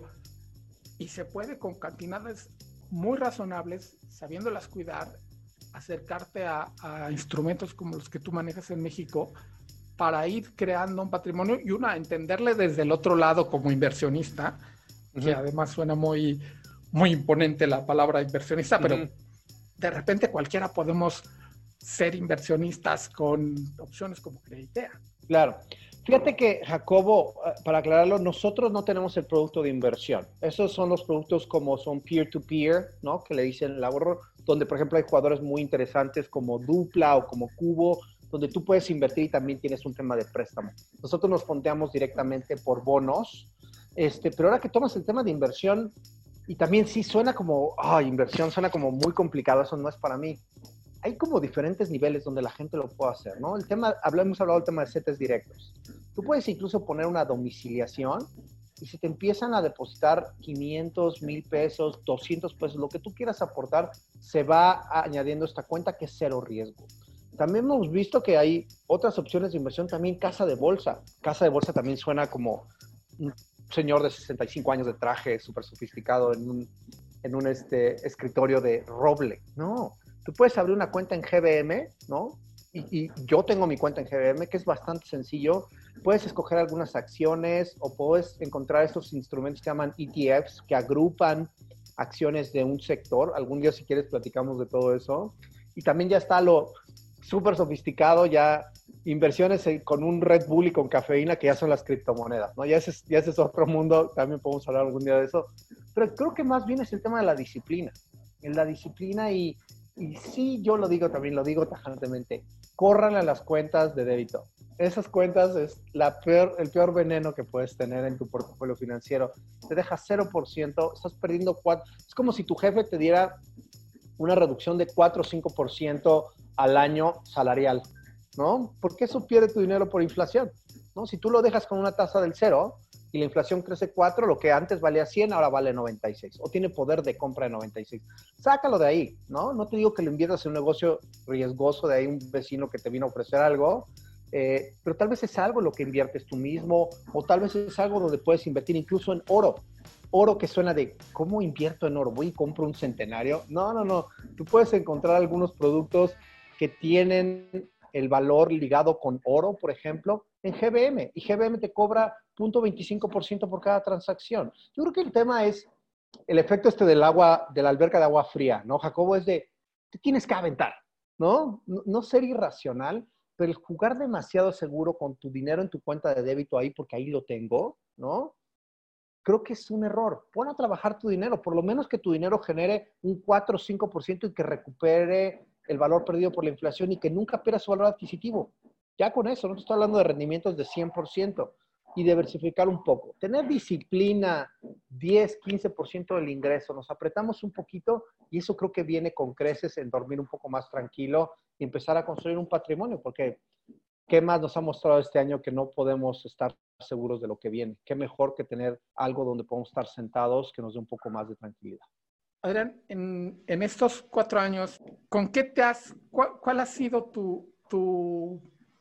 Speaker 1: Y se puede con cantidades muy razonables, sabiéndolas cuidar, acercarte a, a instrumentos como los que tú manejas en México para ir creando un patrimonio y una, entenderle desde el otro lado como inversionista, uh-huh. que además suena muy, muy imponente la palabra inversionista, uh-huh. pero de repente cualquiera podemos ser inversionistas con opciones como Creditea.
Speaker 2: Claro. Fíjate que, Jacobo, para aclararlo, nosotros no tenemos el producto de inversión. Esos son los productos como son peer-to-peer, ¿no? Que le dicen el ahorro, donde, por ejemplo, hay jugadores muy interesantes como Dupla o como Cubo, donde tú puedes invertir y también tienes un tema de préstamo. Nosotros nos fondeamos directamente por bonos, este, pero ahora que tomas el tema de inversión, y también sí suena como, ah, oh, inversión suena como muy complicado, eso no es para mí. Hay como diferentes niveles donde la gente lo puede hacer, ¿no? El tema, hemos hablado del tema de C E T E S directos. Tú puedes incluso poner una domiciliación y si te empiezan a depositar quinientos, mil pesos, doscientos pesos, lo que tú quieras aportar, se va añadiendo esta cuenta que es cero riesgo. También hemos visto que hay otras opciones de inversión, también casa de bolsa. Casa de bolsa también suena como un señor de sesenta y cinco años de traje, súper sofisticado, en un, en un este, escritorio de roble. No, tú puedes abrir una cuenta en G B M, ¿no? Y, y yo tengo mi cuenta en G B M, que es bastante sencillo. Puedes escoger algunas acciones o puedes encontrar estos instrumentos que llaman E T Fs, que agrupan acciones de un sector. Algún día, si quieres, platicamos de todo eso. Y también ya está lo súper sofisticado, ya inversiones con un Red Bull y con cafeína, que ya son las criptomonedas, ¿no? Ya ese, ya ese es otro mundo, también podemos hablar algún día de eso. Pero creo que más bien es el tema de la disciplina. En la disciplina y, y sí, yo lo digo también, lo digo tajantemente, córranle a las cuentas de débito. Esas cuentas es la peor, el peor veneno que puedes tener en tu portafolio financiero. Te deja cero por ciento, estás perdiendo cuatro. Es como si tu jefe te diera una reducción de cuatro o cinco por ciento al año salarial, ¿no? Porque eso pierde tu dinero por inflación, ¿no? Si tú lo dejas con una tasa del cero y la inflación crece cuatro, lo que antes valía cien, ahora vale noventa y seis, o tiene poder de compra de noventa y seis. Sácalo de ahí, ¿no? No te digo que lo inviertas en un negocio riesgoso de ahí un vecino que te vino a ofrecer algo, eh, pero tal vez es algo en lo que inviertes tú mismo, o tal vez es algo donde puedes invertir incluso en oro. Oro que suena de, ¿cómo invierto en oro? ¿Voy y compro un centenario? No, no, no. Tú puedes encontrar algunos productos que tienen el valor ligado con oro, por ejemplo, en G B M. Y G B M te cobra cero punto veinticinco por ciento por cada transacción. Yo creo que el tema es el efecto este del agua, de la alberca de agua fría, ¿no, Jacobo? Es de, te tienes que aventar, ¿no? No, no ser irracional, pero el jugar demasiado seguro con tu dinero en tu cuenta de débito ahí, porque ahí lo tengo, ¿no? Creo que es un error. Pon a trabajar tu dinero, por lo menos que tu dinero genere un cuatro o cinco por ciento y que recupere el valor perdido por la inflación y que nunca pierda su valor adquisitivo. Ya con eso, no te estoy hablando de rendimientos de cien por ciento. Y diversificar un poco. Tener disciplina, diez, quince por ciento del ingreso. Nos apretamos un poquito y eso creo que viene con creces en dormir un poco más tranquilo y empezar a construir un patrimonio, porque ¿qué más nos ha mostrado este año que no podemos estar seguros de lo que viene? ¿Qué mejor que tener algo donde podemos estar sentados que nos dé un poco más de tranquilidad?
Speaker 1: Adrián, en, en estos cuatro años, ¿con qué te has, cuál, cuál ha sido tu, tu,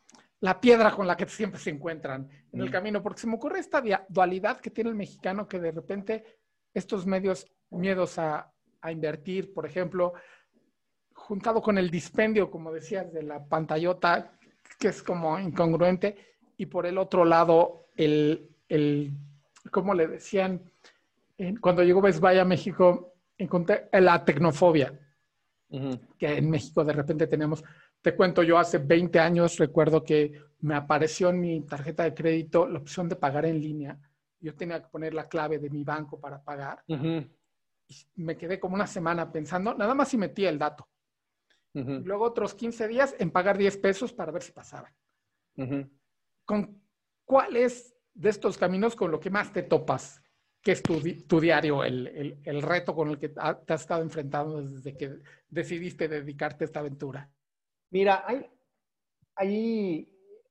Speaker 1: la piedra con la que siempre se encuentran en el camino? Porque se me ocurre esta dualidad que tiene el mexicano, que de repente estos medios, miedos a, a invertir, por ejemplo, juntado con el dispendio, como decías, de la pantallota, que es como incongruente, y por el otro lado, el, el ¿cómo le decían? Eh, cuando llegó Best Buy a México, encontré la tecnofobia, uh-huh. que en México de repente tenemos. Te cuento, yo hace veinte años recuerdo que me apareció en mi tarjeta de crédito la opción de pagar en línea. Yo tenía que poner la clave de mi banco para pagar. Uh-huh. Y me quedé como una semana pensando, nada más si metía el dato. Uh-huh. Luego otros quince días en pagar diez pesos para ver si pasaban. Uh-huh. ¿Con cuál es de estos caminos con lo que más te topas? ¿qué es tu, tu diario, el, el, el reto con el que te has estado enfrentando desde que decidiste dedicarte a esta aventura?
Speaker 2: Mira, hay, hay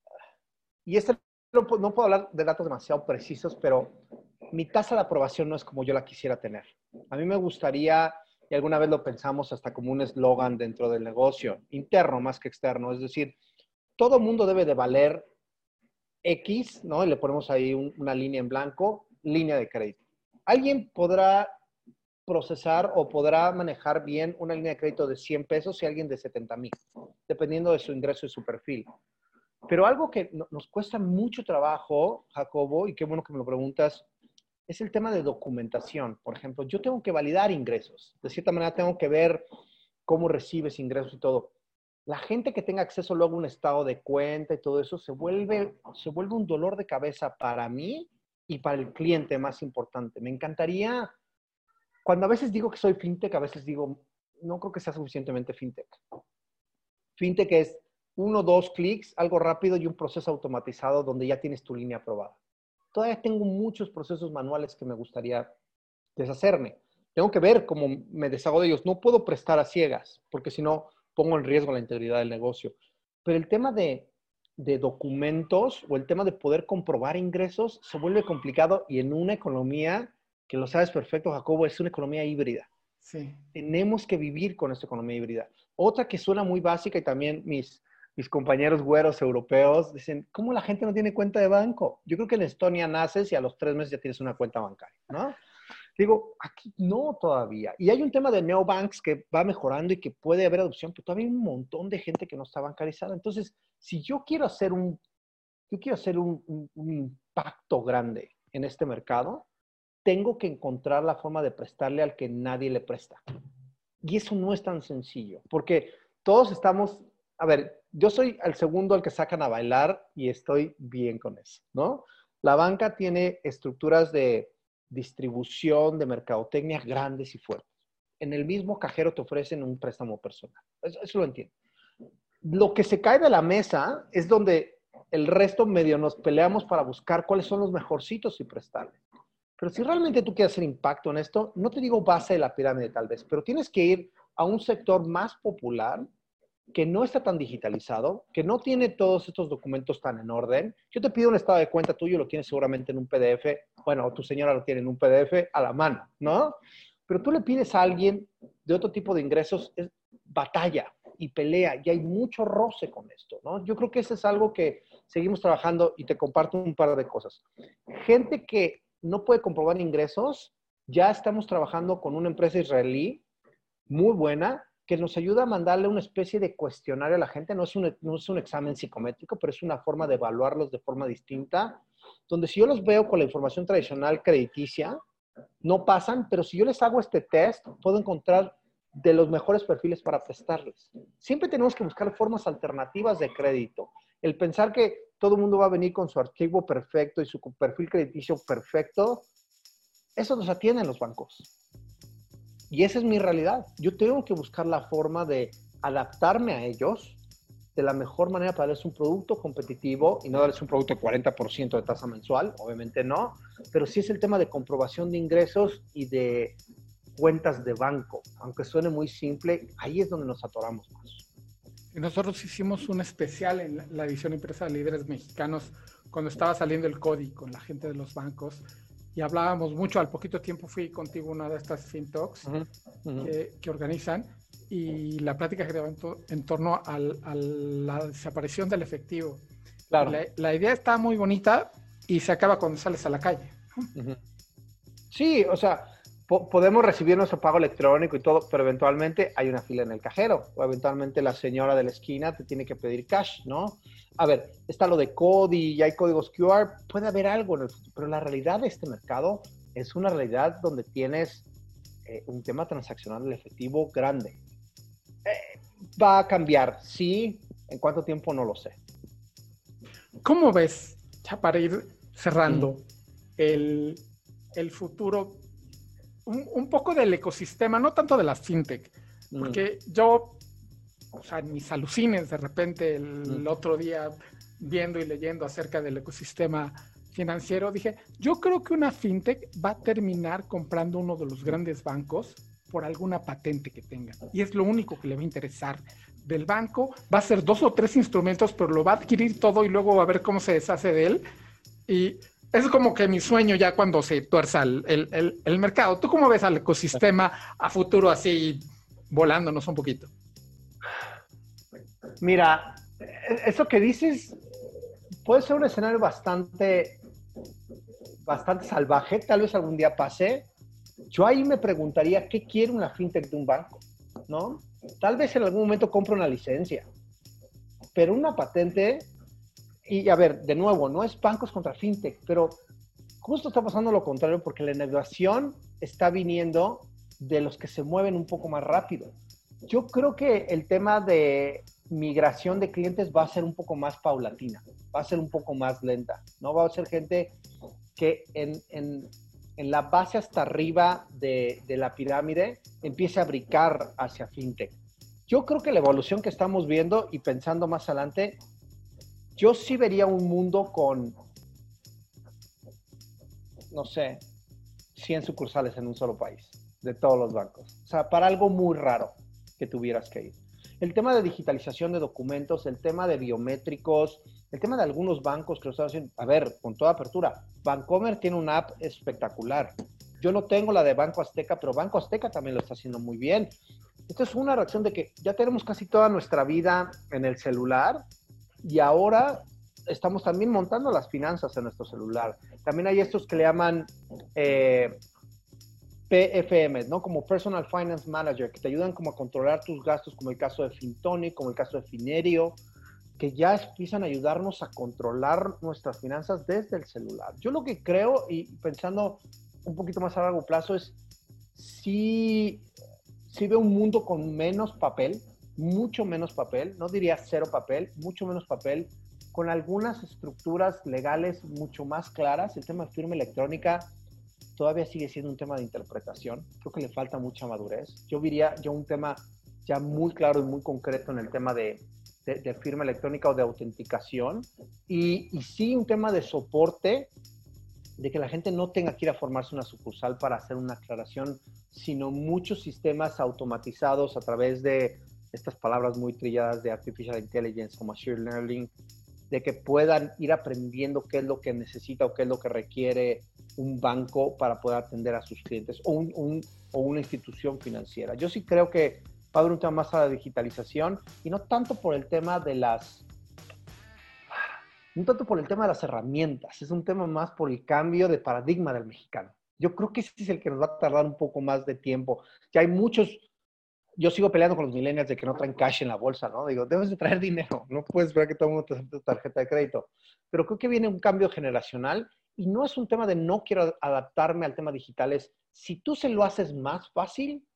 Speaker 2: y este no, no puedo hablar de datos demasiado precisos, pero mi tasa de aprobación no es como yo la quisiera tener. A mí me gustaría, y alguna vez lo pensamos hasta como un eslogan dentro del negocio, interno más que externo, es decir, todo mundo debe de valer X, ¿no? Y le ponemos ahí un, una línea en blanco, línea de crédito. Alguien podrá procesar o podrá manejar bien una línea de crédito de cien pesos y alguien de setenta mil, dependiendo de su ingreso y su perfil. Pero algo que nos cuesta mucho trabajo, Jacobo, y qué bueno que me lo preguntas, es el tema de documentación. Por ejemplo, yo tengo que validar ingresos. De cierta manera, tengo que ver cómo recibes ingresos y todo. La gente que tenga acceso luego a un estado de cuenta y todo eso se vuelve, se vuelve un dolor de cabeza para mí y para el cliente más importante. Me encantaría, cuando a veces digo que soy fintech, a veces digo, no creo que sea suficientemente fintech. Fintech es uno, dos clics, algo rápido y un proceso automatizado donde ya tienes tu línea aprobada. Todavía tengo muchos procesos manuales que me gustaría deshacerme. Tengo que ver cómo me deshago de ellos. No puedo prestar a ciegas, porque si no, pongo en riesgo la integridad del negocio. Pero el tema de, de documentos o el tema de poder comprobar ingresos se vuelve complicado y en una economía, que lo sabes perfecto, Jacobo, es una economía híbrida.
Speaker 1: Sí.
Speaker 2: Tenemos que vivir con esta economía híbrida. Otra que suena muy básica y también mis... mis compañeros güeros europeos dicen, ¿cómo la gente no tiene cuenta de banco? Yo creo que en Estonia naces y a los tres meses ya tienes una cuenta bancaria, ¿no? Digo, aquí no todavía. Y hay un tema de neobanks que va mejorando y que puede haber adopción, pero todavía hay un montón de gente que no está bancarizada. Entonces, si yo quiero hacer un, yo quiero hacer un, un, un impacto grande en este mercado, tengo que encontrar la forma de prestarle al que nadie le presta. Y eso no es tan sencillo, porque todos estamos... A ver, yo soy el segundo al que sacan a bailar y estoy bien con eso, ¿no? La banca tiene estructuras de distribución, de mercadotecnia grandes y fuertes. En el mismo cajero te ofrecen un préstamo personal. Eso, eso lo entiendo. Lo que se cae de la mesa es donde el resto medio nos peleamos para buscar cuáles son los mejorcitos y prestarle. Pero si realmente tú quieres hacer impacto en esto, no te digo base de la pirámide tal vez, pero tienes que ir a un sector más popular que no está tan digitalizado, que no tiene todos estos documentos tan en orden. Yo te pido un estado de cuenta tuyo, lo tienes seguramente en un P D F, bueno, tu señora lo tiene en un P D F a la mano, ¿no? Pero tú le pides a alguien de otro tipo de ingresos, es batalla y pelea, y hay mucho roce con esto, ¿no? Yo creo que eso es algo que seguimos trabajando y te comparto un par de cosas. Gente que no puede comprobar ingresos, ya estamos trabajando con una empresa israelí muy buena, que nos ayuda a mandarle una especie de cuestionario a la gente. No es, un, no es un examen psicométrico, pero es una forma de evaluarlos de forma distinta, donde si yo los veo con la información tradicional crediticia, no pasan, pero si yo les hago este test, puedo encontrar de los mejores perfiles para prestarles. Siempre tenemos que buscar formas alternativas de crédito. El pensar que todo el mundo va a venir con su archivo perfecto y su perfil crediticio perfecto, eso nos atienden los bancos. Y esa es mi realidad. Yo tengo que buscar la forma de adaptarme a ellos de la mejor manera para darles un producto competitivo y no darles un producto de cuarenta por ciento de tasa mensual, obviamente no, pero sí es el tema de comprobación de ingresos y de cuentas de banco. Aunque suene muy simple, ahí es donde nos atoramos más.
Speaker 1: Y nosotros hicimos un especial en la, la edición impresa de Líderes Mexicanos cuando estaba saliendo el CODI con la gente de los bancos. Y hablábamos mucho, al poquito tiempo fui contigo a una de estas FinTalks uh-huh, uh-huh. Que, que organizan y la plática giraba en, to, en torno al, a la desaparición del efectivo. Claro. La, la idea está muy bonita y se acaba cuando sales a la calle.
Speaker 2: Uh-huh. Sí, o sea, po- podemos recibir nuestro pago electrónico y todo, pero eventualmente hay una fila en el cajero o eventualmente la señora de la esquina te tiene que pedir cash, ¿no? A ver, está lo de CODI y hay códigos Q R, puede haber algo en el futuro, pero la realidad de este mercado es una realidad donde tienes eh, un tema transaccional del efectivo grande. Eh, va a cambiar, sí, ¿en cuánto tiempo? No lo sé.
Speaker 1: ¿Cómo ves, ya para ir cerrando, mm. el, el futuro, un, un poco del ecosistema, no tanto de la fintech, mm. porque yo... O sea, en mis alucines de repente el, el otro día viendo y leyendo acerca del ecosistema financiero, dije, yo creo que una fintech va a terminar comprando uno de los grandes bancos por alguna patente que tenga. Y es lo único que le va a interesar del banco. Va a ser dos o tres instrumentos, pero lo va a adquirir todo y luego va a ver cómo se deshace de él. Y es como que mi sueño ya cuando se tuerza el, el, el, el mercado. ¿Tú cómo ves al ecosistema a futuro así volándonos un poquito?
Speaker 2: Mira, eso que dices puede ser un escenario bastante, bastante salvaje. Tal vez algún día pase. Yo ahí me preguntaría, ¿qué quiere una fintech de un banco? ¿No? Tal vez en algún momento compre una licencia. Pero una patente... Y a ver, de nuevo, no es bancos contra fintech, pero justo está pasando lo contrario porque la innovación está viniendo de los que se mueven un poco más rápido. Yo creo que el tema de migración de clientes va a ser un poco más paulatina, va a ser un poco más lenta, ¿no? Va a ser gente que en, en, en la base hasta arriba de, de la pirámide empiece a brincar hacia fintech. Yo creo que la evolución que estamos viendo y pensando más adelante, yo sí vería un mundo con, no sé, cien sucursales en un solo país, de todos los bancos. O sea, para algo muy raro que tuvieras que ir. El tema de digitalización de documentos, el tema de biométricos, el tema de algunos bancos que lo están haciendo. A ver, con toda apertura, Bancomer tiene una app espectacular. Yo no tengo la de Banco Azteca, pero Banco Azteca también lo está haciendo muy bien. Esto es una reacción de que ya tenemos casi toda nuestra vida en el celular. Y ahora estamos también montando las finanzas en nuestro celular. También hay estos que le llaman eh, P F M, ¿no? Como Personal Finance Manager, que te ayudan como a controlar tus gastos, como el caso de Fintonic, como el caso de Finerio, que ya empiezan a ayudarnos a controlar nuestras finanzas desde el celular. Yo lo que creo, y pensando un poquito más a largo plazo, es si, si veo un mundo con menos papel, mucho menos papel, no diría cero papel, mucho menos papel, con algunas estructuras legales mucho más claras. El tema de firma electrónica todavía sigue siendo un tema de interpretación. Creo que le falta mucha madurez. Yo diría yo un tema ya muy claro y muy concreto en el tema de, de, de firma electrónica o de autenticación. Y, y sí un tema de soporte, de que la gente no tenga que ir a formarse una sucursal para hacer una aclaración, sino muchos sistemas automatizados a través de estas palabras muy trilladas de Artificial Intelligence o Machine Learning, de que puedan ir aprendiendo qué es lo que necesita o qué es lo que requiere un banco para poder atender a sus clientes o, un, un, o una institución financiera. Yo sí creo que va a haber un tema más a la digitalización y no tanto por el tema de las, no tanto por el tema de las herramientas, es un tema más por el cambio de paradigma del mexicano. Yo creo que ese es el que nos va a tardar un poco más de tiempo. Ya hay muchos... Yo sigo peleando con los millennials de que no traen cash en la bolsa, ¿no? Digo, debes de traer dinero. No puedes esperar que todo el mundo te acepte tu tarjeta de crédito. Pero creo que viene un cambio generacional y no es un tema de no quiero adaptarme al tema digital. Es, si tú se lo haces más fácil,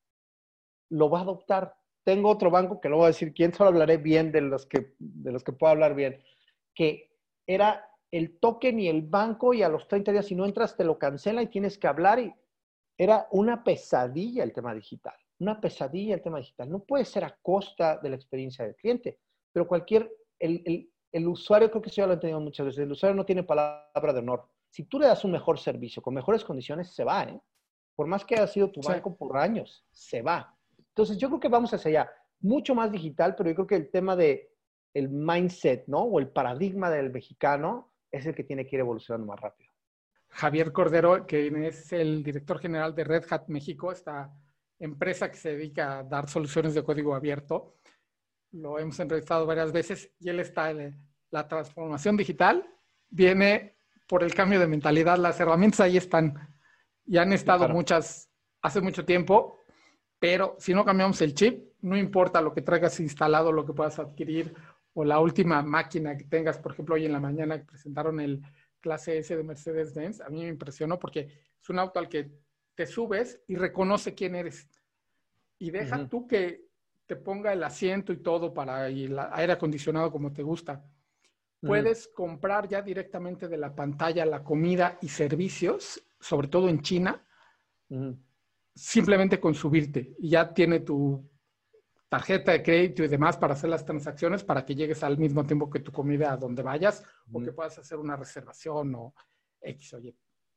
Speaker 2: lo va a adoptar. Tengo otro banco que no voy a decir quién, solo hablaré bien de los que, de los que puedo hablar bien, que era el token y el banco y a los treinta días si no entras te lo cancela y tienes que hablar y era una pesadilla el tema digital. Una pesadilla el tema digital. No puede ser a costa de la experiencia del cliente, pero cualquier, el, el, el usuario, creo que eso ya lo he entendido muchas veces, el usuario no tiene palabra de honor. Si tú le das un mejor servicio, con mejores condiciones, se va, ¿eh? Por más que haya sido tu banco sí. por años, se va. Entonces yo creo que vamos hacia allá. Mucho más digital, pero yo creo que el tema de el mindset, ¿no? O el paradigma del mexicano es el que tiene que ir evolucionando más rápido.
Speaker 1: Javier Cordero, que es el director general de Red Hat México, esta empresa que se dedica a dar soluciones de código abierto. Lo hemos entrevistado varias veces y él está en la transformación digital. Viene por el cambio de mentalidad. Las herramientas ahí están y han estado claro. muchas hace mucho tiempo, pero si no cambiamos el chip, no importa lo que traigas instalado, lo que puedas adquirir o la última máquina que tengas. Por ejemplo, hoy en la mañana presentaron el clase S de Mercedes-Benz. A mí me impresionó porque es un auto al que te subes y reconoce quién eres. Y deja uh-huh. tú que te ponga el asiento y todo para y el aire acondicionado como te gusta. Uh-huh. Puedes comprar ya directamente de la pantalla la comida y servicios, sobre todo en China, uh-huh. simplemente con subirte. Y ya tiene tu tarjeta de crédito y demás para hacer las transacciones para que llegues al mismo tiempo que tu comida a donde vayas uh-huh. o que puedas hacer una reservación o X o Y.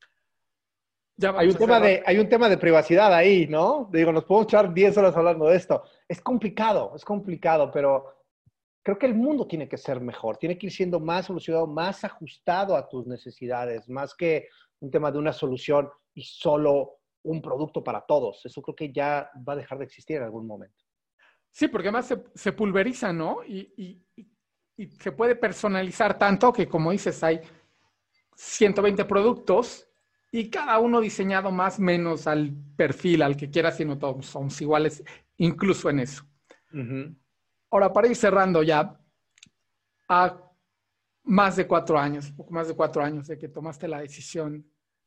Speaker 2: Ya hay, un tema de, hay un tema de privacidad ahí, ¿no? Digo, nos podemos echar diez horas hablando de esto. Es complicado, es complicado, pero creo que el mundo tiene que ser mejor, tiene que ir siendo más solucionado, más ajustado a tus necesidades, más que un tema de una solución y solo un producto para todos. Eso creo que ya va a dejar de existir en algún momento.
Speaker 1: Sí, porque además se, se pulveriza, ¿no? Y, y, y, y se puede personalizar tanto que, como dices, hay ciento veinte productos y cada uno diseñado más o menos al perfil, al que quieras, sino todos somos iguales, incluso en eso. Uh-huh. Ahora, para ir cerrando ya, a más de cuatro años, poco más de cuatro años de que tomaste la decisión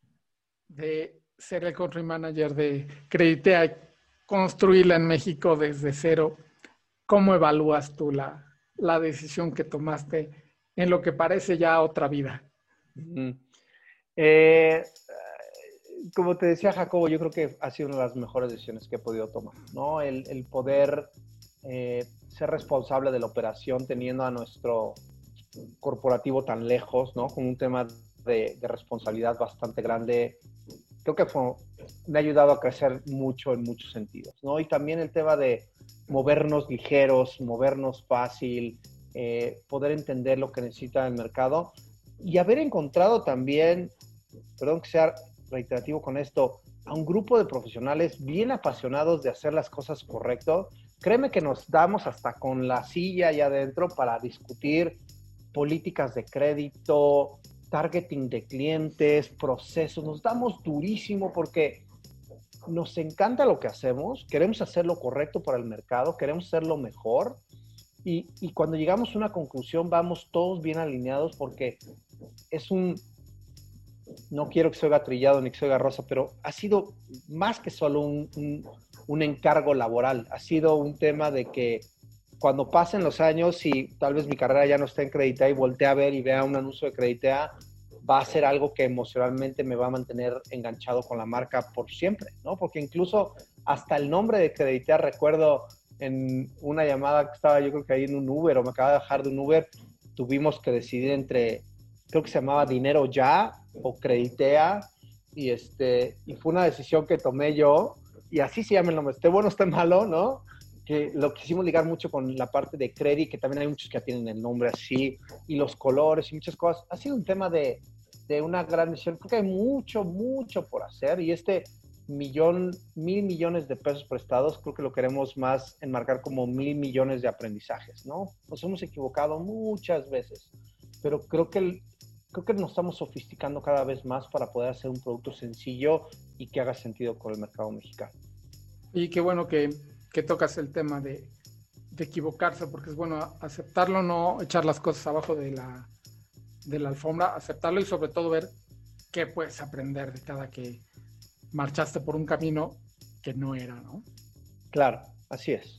Speaker 1: de ser el country manager de Creditea y construirla en México desde cero, ¿cómo evalúas tú la, la decisión que tomaste en lo que parece ya otra vida?
Speaker 2: Uh-huh. Eh, como te decía Jacobo, yo creo que ha sido una de las mejores decisiones que he podido tomar, ¿no? El, el poder eh, ser responsable de la operación teniendo a nuestro corporativo tan lejos, ¿no? Con un tema de, de responsabilidad bastante grande, creo que fue, me ha ayudado a crecer mucho en muchos sentidos, ¿no? Y también el tema de movernos ligeros, movernos fácil, eh, poder entender lo que necesita el mercado y haber encontrado también, perdón que sea reiterativo con esto, a un grupo de profesionales bien apasionados de hacer las cosas correcto. Créeme que nos damos hasta con la silla allá adentro para discutir políticas de crédito, targeting de clientes, procesos. Nos damos durísimo porque nos encanta lo que hacemos, queremos hacer lo correcto para el mercado, queremos hacerlo mejor y, y cuando llegamos a una conclusión vamos todos bien alineados porque es un... No quiero que se oiga trillado ni que se oiga rosa, pero ha sido más que solo un, un, un encargo laboral. Ha sido un tema de que cuando pasen los años y tal vez mi carrera ya no esté en Creditea y voltee a ver y vea un anuncio de Creditea, va a ser algo que emocionalmente me va a mantener enganchado con la marca por siempre, ¿no? Porque incluso hasta el nombre de Creditea, recuerdo en una llamada que estaba yo creo que ahí en un Uber o me acababa de bajar de un Uber, tuvimos que decidir entre, creo que se llamaba Dinero Ya o Creditea y, este, y fue una decisión que tomé yo y así se llama el nombre, esté bueno, esté malo, ¿no? Que lo quisimos ligar mucho con la parte de credit, que también hay muchos que tienen el nombre así, y los colores y muchas cosas. Ha sido un tema de, de una gran decisión. Creo que hay mucho, mucho por hacer, y este millón, mil millones de pesos prestados, creo que lo queremos más enmarcar como mil millones de aprendizajes, ¿no? Nos hemos equivocado muchas veces, pero creo que, el, creo que nos estamos sofisticando cada vez más para poder hacer un producto sencillo y que haga sentido con el mercado mexicano.
Speaker 1: Y qué bueno que... que tocas el tema de, de equivocarse, porque es bueno aceptarlo, no echar las cosas abajo de la, de la alfombra, aceptarlo y sobre todo ver qué puedes aprender de cada que marchaste por un camino que no era, ¿no?
Speaker 2: Claro, así es.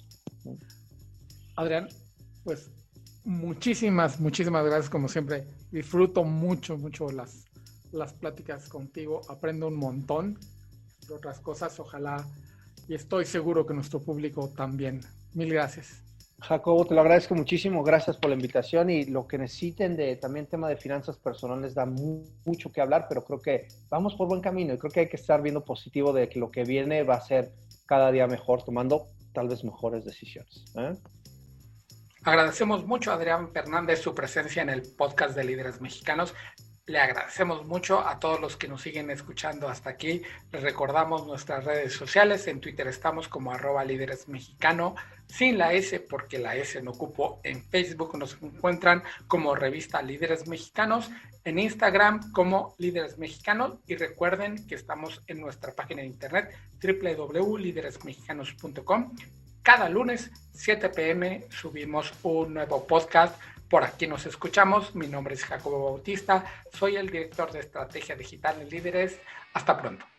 Speaker 1: Adrián, pues muchísimas, muchísimas gracias como siempre. Disfruto mucho, mucho las, las pláticas contigo, aprendo un montón de otras cosas, ojalá. Y estoy seguro que nuestro público también. Mil gracias.
Speaker 2: Jacobo, te lo agradezco muchísimo. Gracias por la invitación y lo que necesiten de también tema de finanzas personales da mu- mucho que hablar, pero creo que vamos por buen camino y creo que hay que estar viendo positivo de que lo que viene va a ser cada día mejor, tomando tal vez mejores decisiones. ¿eh?
Speaker 1: Agradecemos mucho a Adrián Fernández su presencia en el podcast de Líderes Mexicanos. Le agradecemos mucho a todos los que nos siguen escuchando hasta aquí. Les recordamos nuestras redes sociales. En Twitter estamos como arroba líderes mexicano, sin la S porque la S no ocupo. En Facebook nos encuentran como revista Líderes Mexicanos. En Instagram como Líderes Mexicanos. Y recuerden que estamos en nuestra página de internet doble u doble u doble u punto líderes mexicanos punto com. Cada lunes, siete pe eme, subimos un nuevo podcast. Por aquí nos escuchamos. Mi nombre es Jacobo Bautista. Soy el director de Estrategia Digital en Líderes. Hasta pronto.